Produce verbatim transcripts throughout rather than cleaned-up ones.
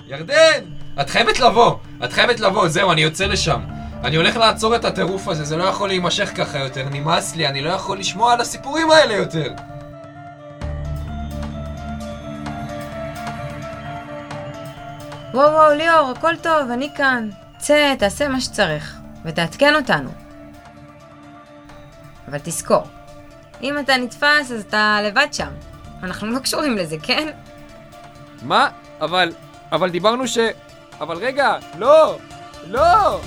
ירדן! את חייבת לבוא! את חייבת לבוא, זהו, אני יוצא לשם. אני הולך לעצור את הטירוף הזה, זה לא יכול להימשך ככה יותר. נמאס לי, אני לא יכול לשמוע על הסיפורים האלה יותר. וואו וואו ליאור, הכל טוב, אני כאן. צא, תעשה מה שצריך, ותעדכן אותנו. אבל תזכור, אם אתה נתפס אז אתה לבד שם. אנחנו לא קשורים לזה, כן? מה? אבל, אבל דיברנו ש... אבל רגע, לא! לא!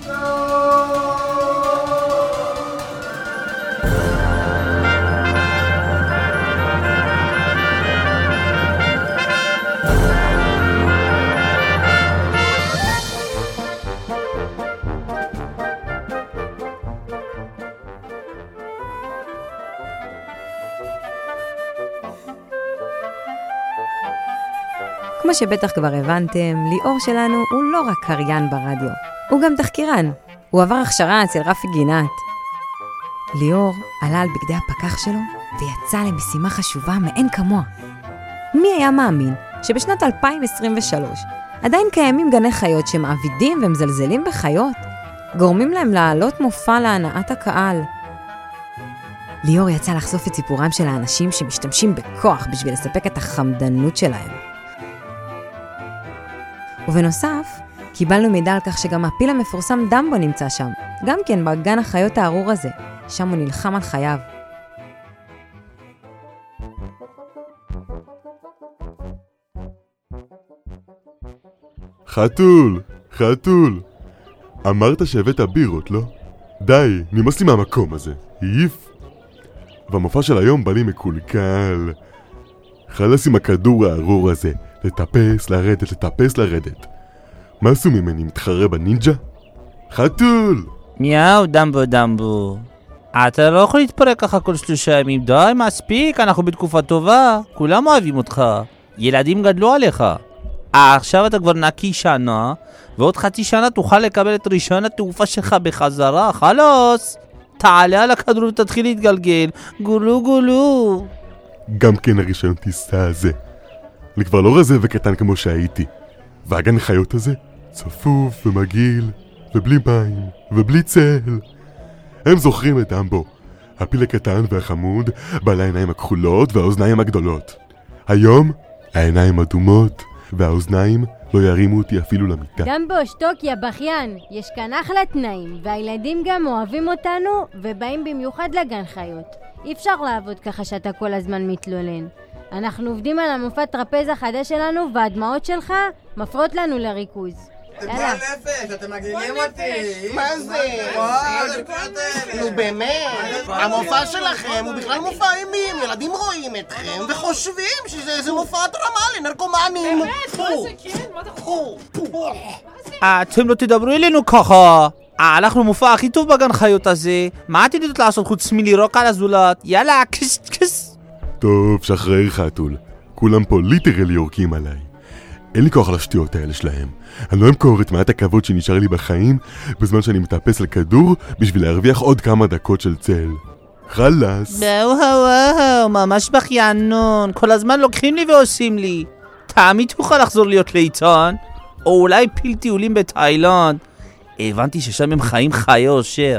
כמו שבטח כבר הבנתם, ליאור שלנו הוא לא רק קריין ברדיו, הוא גם תחקירן. הוא עבר הכשרה אצל רפי גינת. ליאור עלה על בגדי הפקח שלו ויצא למשימה חשובה מאין כמוה. מי היה מאמין שבשנת אלפיים עשרים ושלוש עדיין קיימים גני חיות שמעבידים ומזלזלים בחיות, גורמים להם לעלות מופע להנאת הקהל. ליאור יצא לחשוף את סיפורם של האנשים שמשתמשים בכוח בשביל לספק את החמדנות שלהם. ובנוסף, קיבלנו מידע על כך שגם הפיל המפורסם דמבו נמצא שם, גם כן בגן החיות הארור הזה, שם הוא נלחם על חייו. חתול, חתול. אמרת שהבאת בירות, לא? די, נמאס לי מהמקום הזה. איף. והמופע של היום בא לי מקולקל. חלס עם הכדור הארור הזה. לטפס, לרדת, לטפס, לרדת. מה עשו ממני? מתחרה בנינג'ה? חתול! מיאו, דמבו, דמבו. אתה לא יכול להתפרק ככה כל שלושה ימים. די, מספיק, אנחנו בתקופה טובה. כולם אוהבים אותך. ילדים גדלו עליך. עכשיו אתה כבר נקי שנה, ועוד חצי שנה תוכל לקבל את רישיון התעופה שלך בחזרה. חלוס! תעלה על הכדור ותתחיל להתגלגל. גולו גולו. גם כן הרישיון טיסה הזה. אני כבר לא רזה וקטן כמו שהייתי. והגן חיות הזה צפוף ומגעיל, ובלי מים, ובלי צל. הם זוכרים את דמבו, הפיל הקטן והחמוד, בעל העיניים הכחולות והאוזניים הגדולות. היום העיניים אדומות, והאוזניים לא ירימו אותי אפילו למיטה. דמבו, שתוק יא בכיין, יש כאן אחלה תנאים, והילדים גם אוהבים אותנו ובאים במיוחד לגן חיות. אי אפשר לעבוד ככה שאתה כל הזמן מתלונן. אנחנו עובדים על המופע טרפז החדש שלנו, והדמעות שלך מפרות לנו לריכוז. אתם כל נפש, אתם מגעילים אותי. מה זה? נו באמת, המופע שלכם הוא בכלל מופע אימים. ילדים רואים אתכם וחושבים שזה איזה מופע דרמה לנרקומנים. באמת, מה זה כן? מה אתה חושב? אתם לא תדברו אלינו ככה. אנחנו מופע הכי טוב בגן חיות הזה. מה אתם יודעות לעשות חוץ מלירוק על הזולת? יאללה, כס כס. טוב, שחרר חתול. כולם פה ליטרלי יורקים עליי. אין לי כוח על השטויות האלה שלהם. אני לא אמכור את מעט הכבוד שנשאר לי בחיים בזמן שאני מטפס על כדור בשביל להרוויח עוד כמה דקות של צל. חלס. וואו וואו, ממש בחיינון. כל הזמן לוקחים לי ועושים לי. תמיד תוכל לחזור להיות ליצן. או אולי פיל טיולים בתאילנד. הבנתי ששם הם חיים חיי אושר.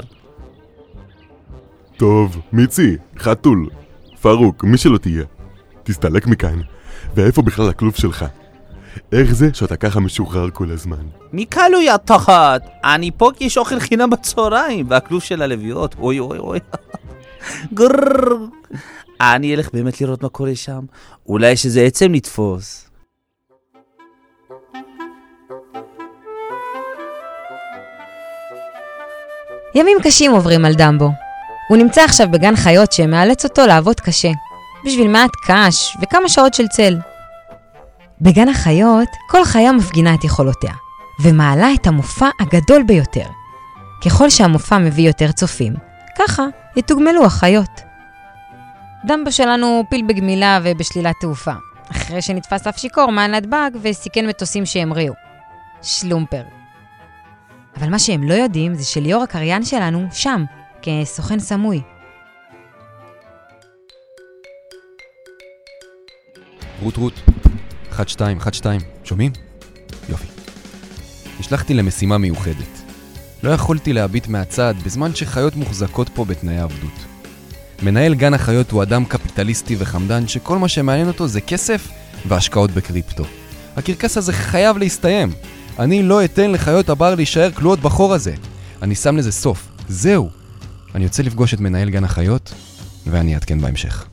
טוב, מיצי, חתול, פרוק, מי שלא תהיה. תסתלק מכאן. ואיפה בכלל הכלוב שלך? איך זה שאתה ככה משוחרר כל הזמן? מי קלו יא תחת? אני פה כי יש אוכל חינם בצהריים, והכלוב של הלוויות. אוי אוי אוי. גרררר. אני אלך באמת לראות מה קורה שם. אולי שזה עצם נתפוס. ימים קשים עוברים על דמבו. הוא נמצא עכשיו בגן חיות שמאלץ אותו לעבוד קשה, בשביל מעט קש וכמה שעות של צל. בגן החיות כל חיה מפגינה את יכולותיה, ומעלה את המופע הגדול ביותר. ככל שהמופע מביא יותר צופים, ככה יתוגמלו החיות. דמבו שלנו פיל בגמילה ובשלילת תעופה, אחרי שנתפס אף שיקור מהנדבג וסיכן מטוסים שהמריאו. שלומפר. אבל מה שהם לא יודעים זה שליאור הקריין שלנו שם, כסוכן סמוי. רות רות, אחת שתיים, אחת שתיים, שומעים? יופי. נשלחתי למשימה מיוחדת. לא יכולתי להביט מהצד בזמן שחיות מוחזקות פה בתנאי עבדות. מנהל גן החיות הוא אדם קפיטליסטי וחמדן שכל מה שמעניין אותו זה כסף והשקעות בקריפטו. הקרקס הזה חייב להסתיים. אני לא אתן לחיות הבר להישאר כלואות בחור הזה. אני שם לזה סוף. זהו. אני יוצא לפגוש את מנהל גן החיות ואני אעדכן בהמשך.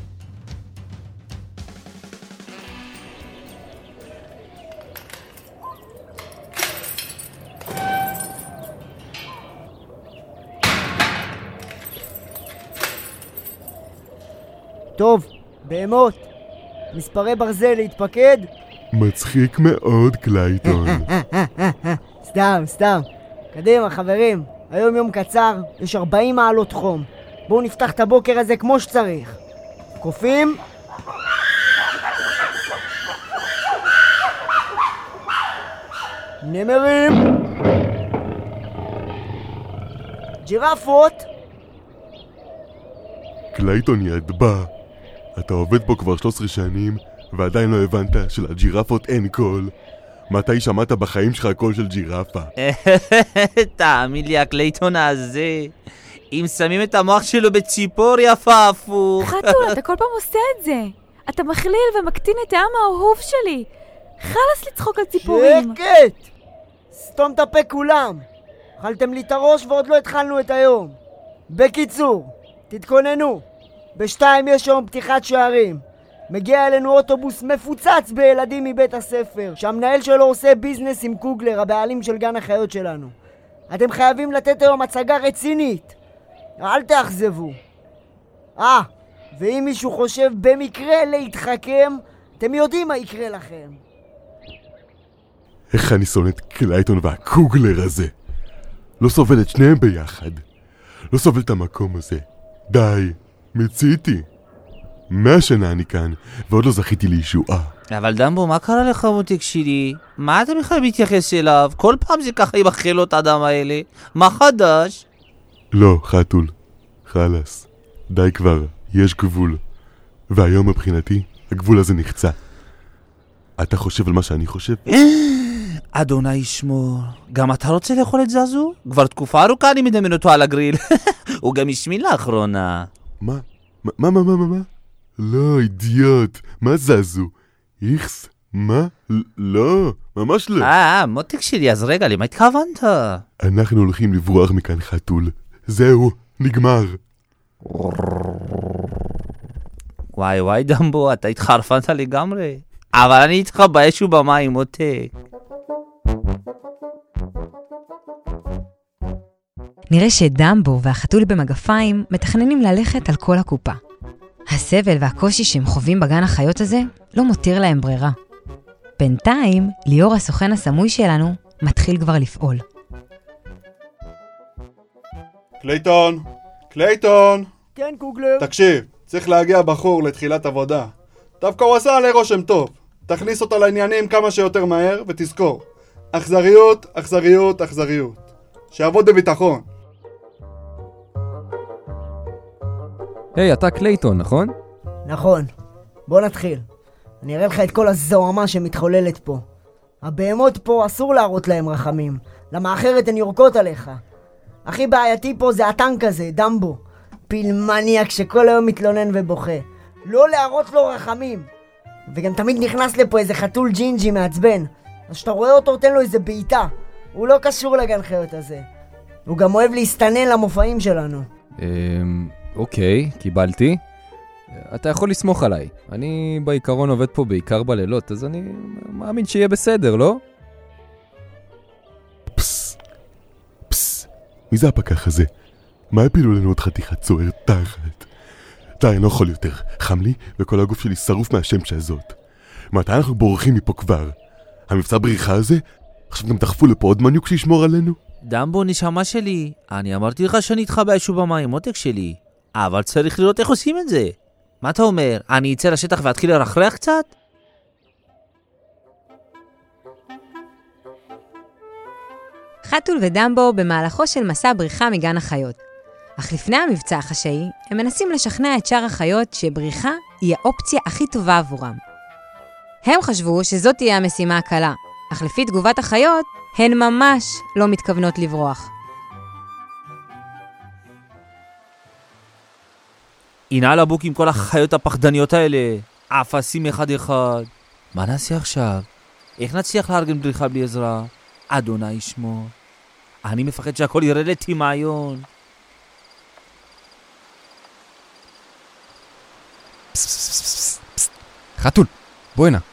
טוב, בהמות, מספרי ברזל להתפקד? מצחיק מאוד, קלייטון. סתם, סתם. קדימה, חברים. היום יום קצר, יש ארבעים מעלות חום. בואו נפתח את הבוקר הזה כמו שצריך. קופים? נמרים? ג'ירפות? קלייטון ידבע. אתה עובד פה כבר שלוש עשרה שנים, ועדיין לא הבנת שלג'ירפות אין קול. מתי שמעת בחיים שלך קול של ג'ירפה? תאמין לי, הקלייטון הזה, אם שמים את המוח שלו בציפור יפה הפוך. חתול, אתה כל פעם עושה את זה. אתה מכליל ומקטין את העם האהוב שלי. חלס לצחוק על ציפורים. שקט! סתום את הפה כולם. אכלתם לי את הראש ועוד לא התחלנו את היום. בקיצור, תתכוננו. בשתיים יש היום פתיחת שערים. מגיע אלינו אוטובוס מפוצץ בילדים מבית הספר, שהמנהל שלו עושה ביזנס עם קוגלר, הבעלים של גן החיות שלנו. אתם חייבים לתת היום הצגה רצינית. אל תאכזבו. אה, ואם מישהו חושב במקרה להתחכם, אתם יודעים מה יקרה לכם. איך אני שונא את קלייטון והקוגלר הזה. לא סובל את שניהם ביחד. לא סובל את המקום הזה. די, מציתי. מאה שנה אני כאן, ועוד לא זכיתי לישועה. אבל דמבו, מה קרה לך מותק שלי? מה אתה בכלל מתייחס אליו? כל פעם זה ככה עם החלות אדם האלה. מה חדש? לא, חתול. חלס. די כבר, יש גבול. והיום מבחינתי, הגבול הזה נחצה. אתה חושב על מה שאני חושב? אדוני ישמור. גם אתה רוצה לאכול את זזו? כבר תקופה ארוכה אני מדמיין אותו על הגריל. הוא גם השמין לאחרונה. מה? מה, מה, מה, מה, מה? לא, אידיוט. מה זזו? איכס? מה? לא, ממש לא. אה, מותק שלי, אז רגע, למה התכוונת? אנחנו הולכים לברוח מכאן, חתול. זהו, נגמר. וואי וואי דמבו, אתה התחרפנת לגמרי. אבל אני איתך באש ובמים, מותק. נראה שדמבו והחתול במגפיים מתכננים ללכת על כל הקופה. הסבל והקושי שהם חווים בגן החיות הזה לא מותיר להם ברירה. בינתיים, ליאור הסוכן הסמוי שלנו מתחיל כבר לפעול. קלייטון, קלייטון. כן, קוגלר. תקשיב, צריך להגיע בחור לתחילת עבודה. דווקא הוא עשה עלי רושם טוב. תכניס אותו לעניינים כמה שיותר מהר ותזכור. אכזריות, אכזריות, אכזריות. שיעבוד בביטחון. היי, אתה קלייטון, נכון? נכון. בוא נתחיל. אני אראה לך את כל הזוהמה שמתחוללת פה. הבהמות פה אסור להראות להם רחמים, למה אחרת הן יורקות עליך. הכי בעייתי פה זה הטנק הזה, דמבו. פיל מניאק שכל היום מתלונן ובוכה. לא להראות לו רחמים. וגם תמיד נכנס לפה איזה חתול ג'ינג'י מעצבן. אז שאתה רואה אותו, תן לו איזה בעיטה. הוא לא קשור לגן חיות הזה. הוא גם אוהב להסתנן למופעים שלנו. אממ, אוקיי, קיבלתי. אתה יכול לסמוך עליי. אני בעיקרון עובד פה בעיקר בלילות, אז אני מאמין שיהיה בסדר, לא? פס, פס, מי זה הפקח הזה? מה הפילו לנו עוד חתיכת צוער תחת? די, אני לא יכול יותר. חם לי וכל הגוף שלי שרוף מהשמש הזאת. מתי אנחנו בורחים מפה כבר? המבצע בריחה הזה? עכשיו גם תחפו לפה עוד מניוק שישמור עלינו? דמבו, נשמה שלי, אני אמרתי לך שאני איתך באש ובמים, מותק שלי. אבל צריך לראות איך עושים את זה. מה אתה אומר? אני אצא לשטח ואתחיל לרחרח קצת? חתול ודמבו במהלכו של מסע בריחה מגן החיות. אך לפני המבצע החשאי, הם מנסים לשכנע את שאר החיות שבריחה היא האופציה הכי טובה עבורם. הם חשבו שזאת תהיה המשימה הקלה, אך לפי תגובת החיות, הן ממש לא מתכוונות לברוח. הנה על הבוק עם כל החיות הפחדניות האלה, אפסים אחד אחד. מה נעשה עכשיו? איך נצליח לארגן בריחה בלי עזרה? אדוני ישמור. אני מפחד שהכל ירד לטמיון. חתול, בוא הנה.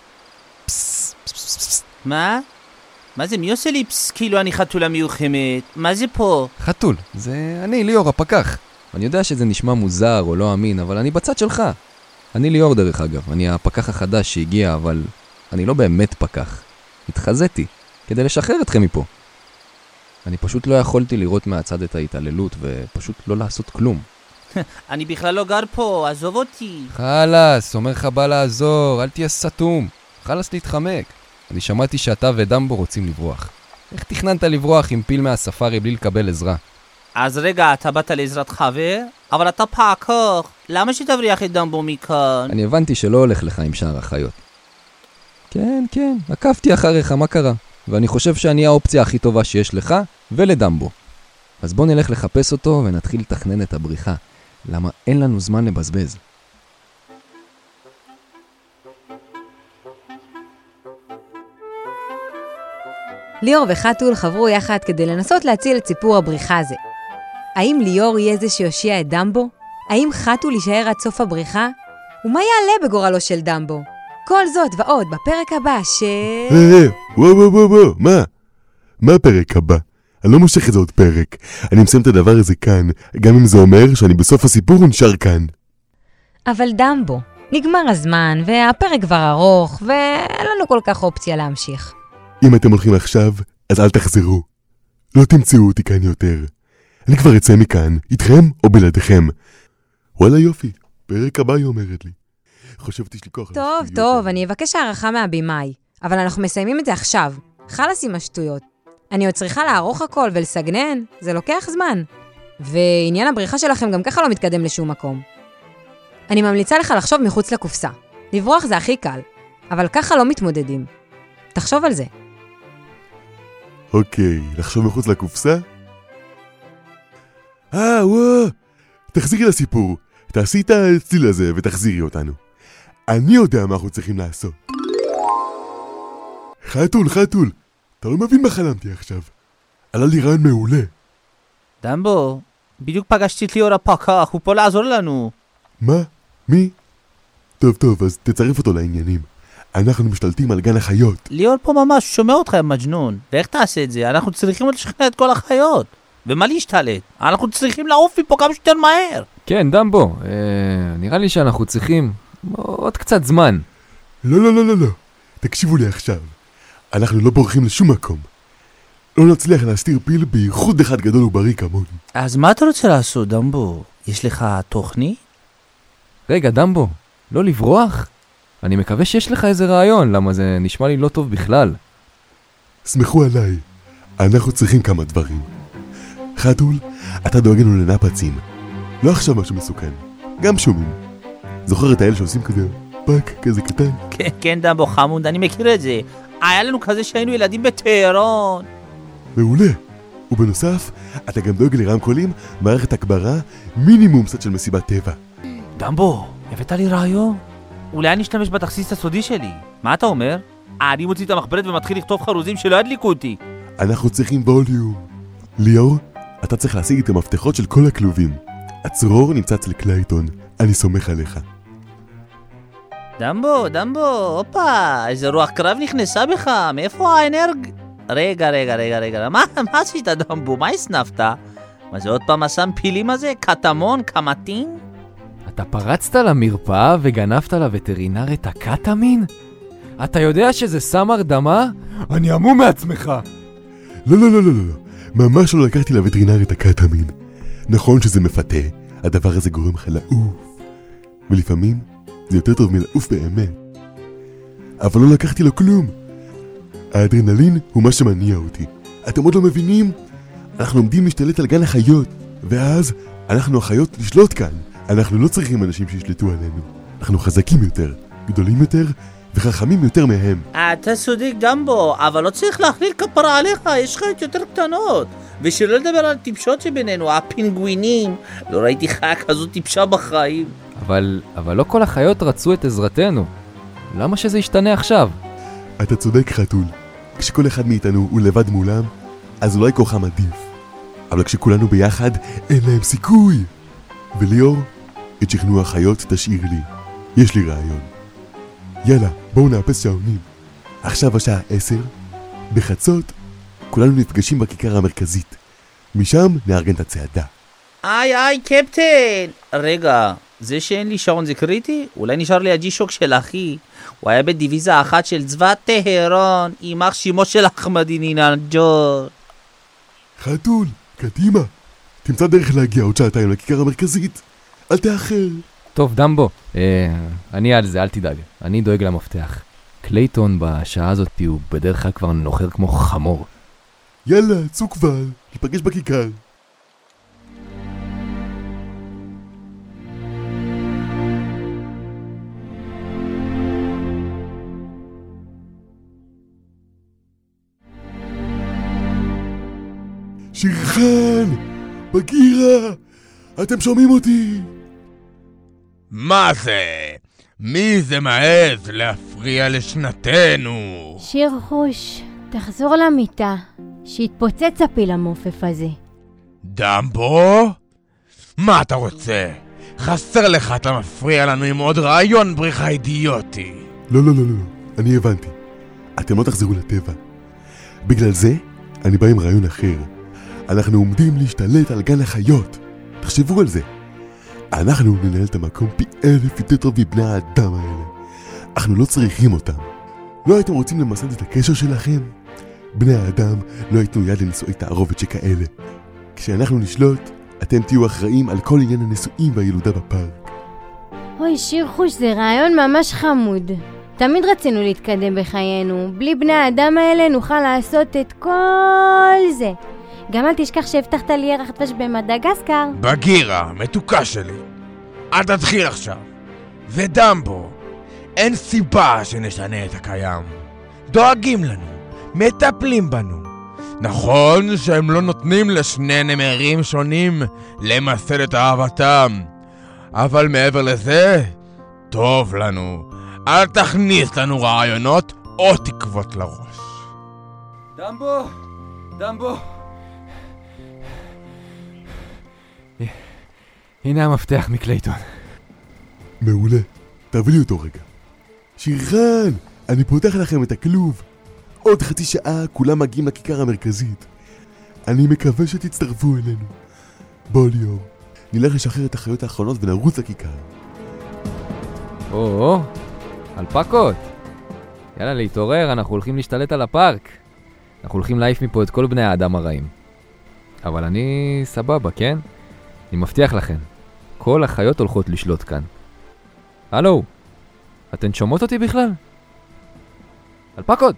מה? מה זה? מי עושה לי פס? כאילו אני חתולה מיוחמת. מה זה פה? חתול, זה אני ליאור הפקח. אני יודע שזה נשמע מוזר או לא אמין, אבל אני בצד שלך. אני ליאור דרך אגב, אני הפקח החדש שהגיע, אבל אני לא באמת פקח. התחזיתי, כדי לשחרר אתכם מפה. אני פשוט לא יכולתי לראות מהצד את ההתעללות, ופשוט לא לעשות כלום. אני בכלל לא גר פה, עזוב אותי. חלס, אומר לך בא לעזור, אל תהיה סתום. חלס להתחמק. אני שמעתי שאתה ודמבו רוצים לברוח. איך תכננת לברוח עם פיל מהספארי בלי לקבל עזרה? אז רגע, אתה באת לעזרת חבר? אבל אתה פקח. למה שתבריח את דמבו מכאן? אני הבנתי שלא הולך לך עם שאר החיות. כן, כן, עקבתי אחריך, מה קרה? ואני חושב שאני האופציה הכי טובה שיש לך ולדמבו. אז בוא נלך לחפש אותו ונתחיל לתכנן את הבריחה. למה אין לנו זמן לבזבז. ליאור וחתול חברו יחד כדי לנסות להציל את סיפור הבריחה הזה. האם ליאור יהיה זה שיושיע את דמבו? האם חתול יישאר עד סוף הבריחה? ומה יעלה בגורלו של דמבו? כל זאת ועוד בפרק הבא של... היי, וואו וואו וואו וואו, מה? מה הפרק הבא? אני לא מושך את זה עוד פרק. אני מסיים את הדבר הזה כאן, גם אם זה אומר שאני בסוף הסיפור נשאר כאן. אבל דמבו, נגמר הזמן, והפרק כבר ארוך, ואין לנו כל כך אופציה להמשיך. אם אתם הולכים עכשיו, אז אל תחזרו. לא תמצאו אותי כאן יותר. אני כבר אצא מכאן, איתכם או בלעדיכם. וואלה יופי, פרק הבא היא אומרת לי. חושבתי שלי כוח... טוב, טוב, אני אבקש הערכה מהבימאי, אבל אנחנו מסיימים את זה עכשיו. חלס עם השטויות. אני עוד צריכה לערוך הכל ולסגנן, זה לוקח זמן. ועניין הבריחה שלכם גם ככה לא מתקדם לשום מקום. אני ממליצה לך לחשוב מחוץ לקופסה. לברוח זה הכי קל, אבל ככה לא מתמודדים. תחשוב על זה. אוקיי, לחשוב מחוץ לקופסה? אה, וואו, תחזירי לסיפור. תעשי את הצליל הזה ותחזירי אותנו. אני יודע מה אנחנו צריכים לעשות. חתול, חתול, אתה לא מבין מה חלמתי עכשיו. עלה לי רעיון מעולה. דמבו, בדיוק פגשתי את ליאור הפקח, הוא פה לעזור לנו. מה? מי? טוב, טוב, אז תצרף אותו לעניינים. אנחנו משתלטים על גן החיות. ליאור פה ממש שומע אותך עם מג'נון. ואיך תעשה את זה? אנחנו צריכים לשכנע את כל החיות. ומה להשתלט? אנחנו צריכים לעוף מפה כמה שיותר מהר. כן, דמבו, אה, נראה לי שאנחנו צריכים עוד קצת זמן. לא, לא, לא, לא, לא. תקשיבו לי עכשיו. אנחנו לא בורחים לשום מקום. לא נצליח להסתיר פיל בייחוד אחד גדול ובריא כמוני. אז מה אתה רוצה לעשות, דמבו? יש לך תוכנית? רגע, דמבו, לא לברוח? אני מקווה שיש לך איזה רעיון, למה זה נשמע לי לא טוב בכלל. סמכו עליי, אנחנו צריכים כמה דברים. חתול, אתה דואג לנו לנפצים. לא עכשיו משהו מסוכן, גם שומים. זוכר את האלה שעושים כזה פאק, כזה קטן? כן, כן דמבו חמוד, אני מכיר את זה. היה לנו כזה שהיינו ילדים בטהרון. מעולה. ובנוסף, אתה גם דואג לרמקולים, מערכת הגברה, מינימום סט של מסיבת טבע. דמבו, הבאת לי רעיון? אולי אני אשתמש בתכסיס הסודי שלי. מה אתה אומר? אני מוציא את המחברת ומתחיל לכתוב חרוזים שלא ידליקו אותי. אנחנו צריכים ווליום. ליאור, אתה צריך להשיג את המפתחות של כל הכלובים. הצרור נמצא אצל קלייטון. אני סומך עליך. דמבו, דמבו, הופה, איזה רוח קרב נכנסה בך. מאיפה האנרג... רגע, רגע, רגע, רגע. מה, מה עשית דמבו? מה הסנפת? מה זה עוד פעם הסם פילים הזה? קטמון? קמטין? אתה פרצת למרפאה וגנבת לווטרינר את הקטמין? אתה יודע שזה סם הרדמה? אני אמום מעצמך. לא, לא, לא, לא, לא. ממש לא לקחתי לווטרינר את הקטמין. נכון שזה מפתה, הדבר הזה גורם לך לעוף. ולפעמים זה יותר טוב מלעוף באמת. אבל לא לקחתי לו כלום. האדרנלין הוא מה שמניע אותי. אתם עוד לא מבינים? אנחנו עומדים להשתלט על גן החיות, ואז אנחנו החיות לשלוט כאן. אנחנו לא צריכים אנשים שישלטו עלינו. אנחנו חזקים יותר, גדולים יותר וחכמים יותר מהם. אתה צודק דמבו, אבל לא צריך להכליל כפרה עליך, יש חיות יותר קטנות. ושלא לדבר על טיפשות שבינינו, הפינגווינים. לא ראיתי חיה כזו טיפשה בחיים. אבל, אבל לא כל החיות רצו את עזרתנו. למה שזה ישתנה עכשיו? אתה צודק חתול. כשכל אחד מאיתנו הוא לבד מולם, אז אולי כוחם עדיף. אבל כשכולנו ביחד, אין להם סיכוי. וליאור, את שכנוע החיות תשאיר לי. יש לי רעיון. יאללה, בואו נאפס שעונים. עכשיו השעה עשר, בחצות, כולנו נפגשים בכיכר המרכזית. משם נארגן את הצעדה. איי איי קפטן! רגע, זה שאין לי שעון זה קריטי? אולי נשאר לי הג'י-שוק של אחי. הוא היה בדיוויזה אחת של צבא טהרון, יימח שמו של אחמדינינג'ור. חתול, קדימה. תמצא דרך להגיע עוד שעתיים לכיכר המרכזית. אל תאחר. טוב, דמבו, אה, אני על זה, אל תדאג. אני דואג למפתח. קלייטון בשעה הזאת הוא בדרך כלל כבר נוחר כמו חמור. יאללה, צאו כבר, ניפגש בכיכר. שירחן! בגירה! אתם שומעים אותי? מה זה? מי זה מעז להפריע לשנתנו? שיר חוש, תחזור למיטה, שיתפוצץ הפיל המופף הזה. דמבו? מה אתה רוצה? חסר לך, אתה מפריע לנו עם עוד רעיון בריחה אידיוטי. לא, לא, לא, לא, אני הבנתי. אתם לא תחזרו לטבע. בגלל זה, אני בא עם רעיון אחר. אנחנו עומדים להשתלט על גן החיות. תחשבו על זה. אנחנו ננהל את המקום פי אלף יותר טוב מבני האדם האלה. אנחנו לא צריכים אותם. לא הייתם רוצים למסד את הקשר שלכם? בני האדם לא ייתנו יד לנישואי תערובת שכאלה. כשאנחנו נשלוט, אתם תהיו אחראים על כל עניין הנישואים והילודה בפארק. אוי, שיר חוש, זה רעיון ממש חמוד. תמיד רצינו להתקדם בחיינו. בלי בני האדם האלה נוכל לעשות את כל זה. גם אל תשכח שהבטחת לי ירח דבש במדגסקר. בגירה, מתוקה שלי. אל תתחיל עכשיו. ודמבו, אין סיבה שנשנה את הקיים. דואגים לנו, מטפלים בנו. נכון שהם לא נותנים לשני נמרים שונים למסד את אהבתם. אבל מעבר לזה, טוב לנו. אל תכניס לנו רעיונות או תקוות לראש. דמבו! דמבו! הנה המפתח מקלייטון. מעולה, תביא לי אותו רגע. שירחן, אני פותח לכם את הכלוב. עוד חצי שעה כולם מגיעים לכיכר המרכזית. אני מקווה שתצטרפו אלינו. בוא ליאור, נלך לשחרר את החיות האחרונות ונרוץ לכיכר. או, אלפקות. יאללה, להתעורר, אנחנו הולכים להשתלט על הפארק. אנחנו הולכים להעיף מפה את כל בני האדם הרעים. אבל אני סבבה, כן? אני מבטיח לכם, כל החיות הולכות לשלוט כאן. הלו, אתן שומעות אותי בכלל? אלפקות!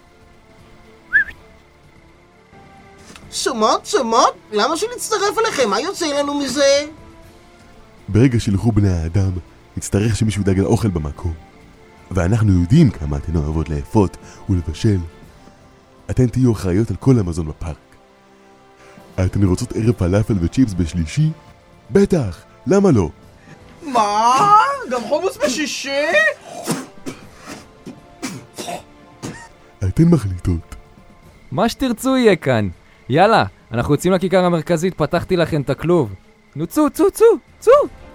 שומעות, שומעות? למה שנצטרף אליכם? מה יוצא לנו מזה? ברגע שילכו בני האדם, נצטרך שמישהו ידאג לאוכל במקום. ואנחנו יודעים כמה אתן אוהבות לאפות ולבשל. אתן תהיו אחראיות על כל המזון בפארק. אתן רוצות ערב פלאפל וצ'יפס בשלישי? בטח, למה לא? מה? גם חומוס בשישי? אתן מחליטות. מה שתרצו יהיה כאן. יאללה, אנחנו יוצאים לכיכר המרכזית, פתחתי לכם את הכלוב. נו, צו, צו, צו, צו!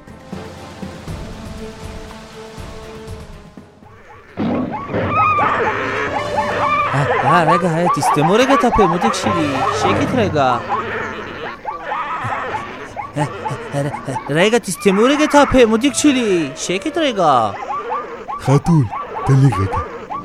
אה, רגע, תסתמו רגע את הפה, מותק שלי, שקט רגע. רגע, תסתמו רגע את הפה, מותק שלי, שקט רגע. חתול, תן לי רגע.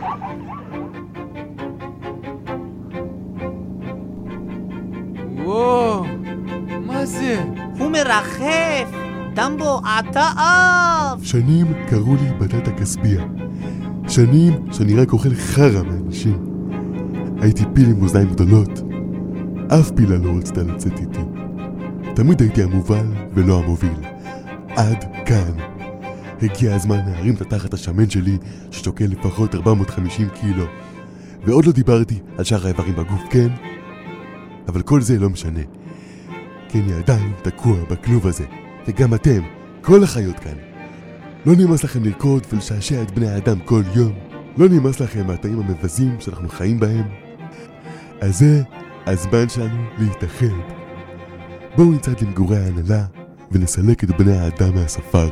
וואו, מה זה? הוא מרחף. דמבו, אתה אף. שנים קראו לי בטטה כספיה. שנים שאני רק אוכל חרא מאנשים. הייתי פיל עם אוזניים גדולות. אף פילה לא רצתה לצאת איתי. תמיד הייתי המובל ולא המוביל. עד כאן. הגיע הזמן להרים את התחת השמן שלי, ששוקל לפחות ארבע מאות וחמישים קילו. ועוד לא דיברתי על שאר האיברים בגוף, כן? אבל כל זה לא משנה. כי אני עדיין תקוע בכלוב הזה. וגם אתם, כל החיות כאן. לא נמאס לכם לרקוד ולשעשע את בני האדם כל יום? לא נמאס לכם מהתאים המבזים שאנחנו חיים בהם? אז זה הזמן שלנו להתאחד. בואו נצעד למגורי ההנהלה ונסלק את בני האדם מהספארי.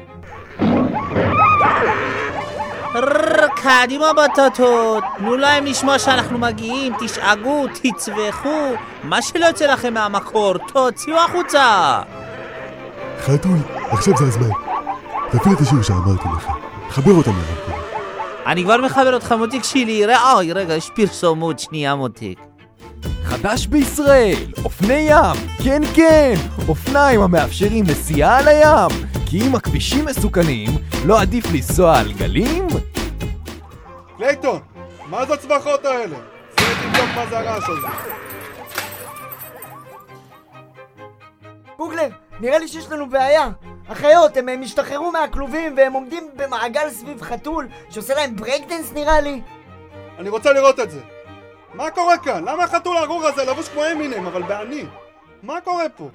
קדימה בטטות, תנו להם לשמוע שאנחנו מגיעים, תשאגו, תצווחו, מה שלא יוצא לכם מהמקור, תוציאו החוצה. חתול, עכשיו זה הזמן. תפעיל את השיר שאמרתי לך, חבר אותם לרקוד. אני כבר מחבר אותך מותיק שלי, ראי, רגע, יש פרסומות, שנייה מותיק. חדש בישראל, אופני ים, כן כן, אופניים המאפשרים נסיעה על הים, כי אם הכבישים מסוכנים, לא עדיף לנסוע על גלים? קלייטון, מה זה הצבחות האלה? זה תבדוק מה זה הרעש הזה. גוגלר, נראה לי שיש לנו בעיה. החיות, הם, הם השתחררו מהכלובים והם עומדים במעגל סביב חתול שעושה להם ברייקדנס נראה לי. אני רוצה לראות את זה. מה קורה כאן? למה החתול הארור הזה לבוש כמו אמינם, אבל בעני? מה קורה פה?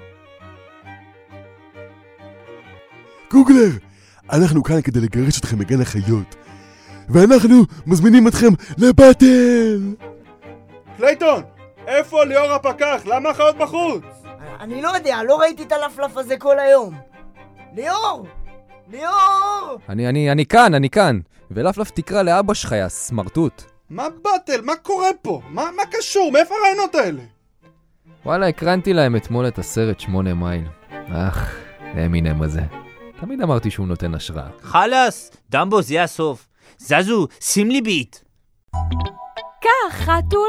גוגלר, אנחנו כאן כדי לגרש אתכם מגן החיות. ואנחנו מזמינים אתכם לבטל! קלייטון, איפה ליאור הפקח? למה החיות בחוץ? אני לא יודע, לא ראיתי את הלפלף הזה כל היום. ליאור! ליאור! אני, אני, אני כאן, אני כאן. ולפלף תקרא לאבא שלך, יא סמרטוט. מה בטל? מה קורה פה? מה, מה קשור? מאיפה הרעיונות האלה? וואלה, הקרנתי להם אתמול את הסרט שמונה מייל. אך, אמינם הזה. תמיד אמרתי שהוא נותן השראה. חלאס, דמבו, זה הסוף. זזו, שים לי ביט. כך, חתול.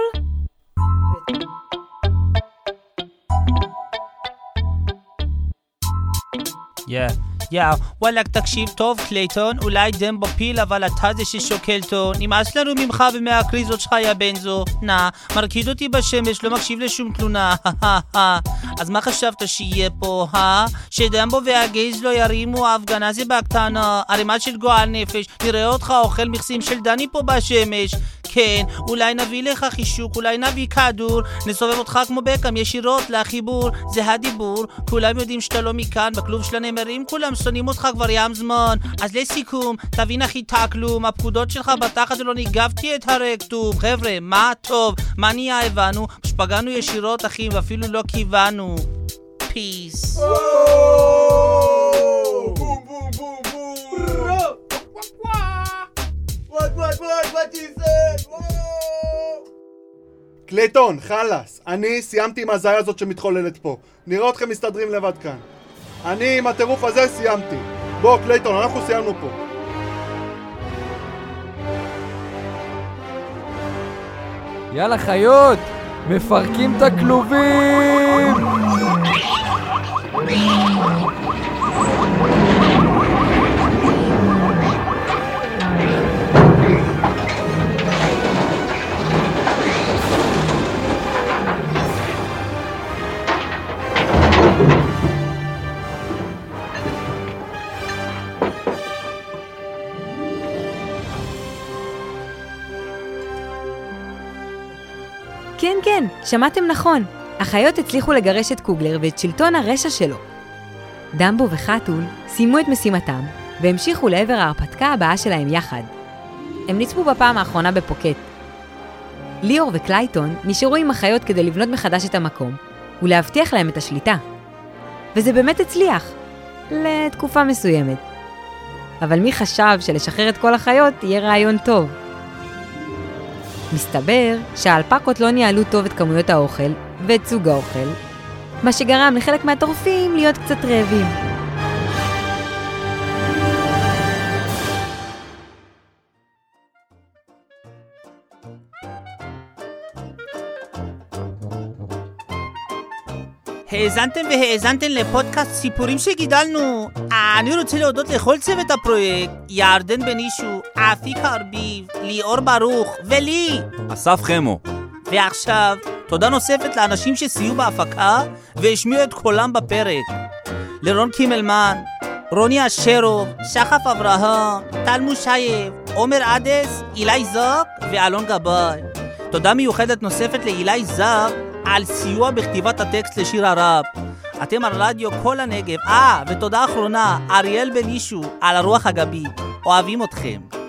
יא, יא, וואלק תקשיב טוב קלייטון, אולי דמבו פיל אבל אתה זה ששוקל טון. נמאס לנו ממך ומהקריזות שלך יא בנזו. נא, מרקיד אותי בשמש, לא מקשיב לשום תלונה. אז מה חשבת שיהיה פה, אה? שדמבו והגייז לא ירימו, ההפגנה זה בקטנה, ערימת של גועל נפש, נראה אותך אוכל מכסים של דני פה בשמש. כן, אולי נביא לך חישוק, אולי נביא כדור, נסובב אותך כמו בקם ישירות לחיבור, זה הדיבור. כולם יודעים שאתה לא מכאן, בכלוב של הנמרים כולם שונאים אותך כבר ים זמן. אז לסיכום, תבין אחי תקלום, הפקודות שלך בתחת ולא ניגבתי את הרקטום. חבר'ה, מה טוב, מה נהיה הבנו? שפגענו ישירות אחים ואפילו לא כיוונו. פיס. What, what, what, what is it? קלייטון, חלאס. אני סיימתי עם הזיה הזאת שמתחוללת פה. נראה אתכם מסתדרים לבד כאן. אני עם הטירוף הזה סיימתי. בוא, קלייטון, אנחנו סיימנו פה. יאללה חיות, מפרקים את הכלובים! כן, כן, שמעתם נכון. החיות הצליחו לגרש את קוגלר ואת שלטון הרשע שלו. דמבו וחתול סיימו את משימתם והמשיכו לעבר ההרפתקה הבאה שלהם יחד. הם נצפו בפעם האחרונה בפוקט. ליאור וקלייטון נשארו עם החיות כדי לבנות מחדש את המקום ולהבטיח להם את השליטה. וזה באמת הצליח, לתקופה מסוימת. אבל מי חשב שלשחרר את כל החיות יהיה רעיון טוב? מסתבר שהאלפקות לא ניהלו טוב את כמויות האוכל ואת סוג האוכל, מה שגרם לחלק מהטורפים להיות קצת רעבים. האזנתם והאזנתם לפודקאסט סיפורים שגידלנו. אני רוצה להודות לכל צוות הפרויקט, ירדן בנישו, אפיק הרביב, ליאור ברוך ולי, אסף חמו. ועכשיו תודה נוספת לאנשים שסייעו בהפקה והשמיעו את קולם בפרק: לרון קימלמן, רוני אשרוב, שחף אברהם, טל מושייב, עומר עדס, אילי זק ואלון גבאי. תודה מיוחדת נוספת לאילי זק על סיוע בכתיבת הטקסט לשיר הראפ. אתם על רדיו כל הנגב. אה, ותודה אחרונה, אריאל בן אישו על הרוח הגבית. אוהבים אתכם.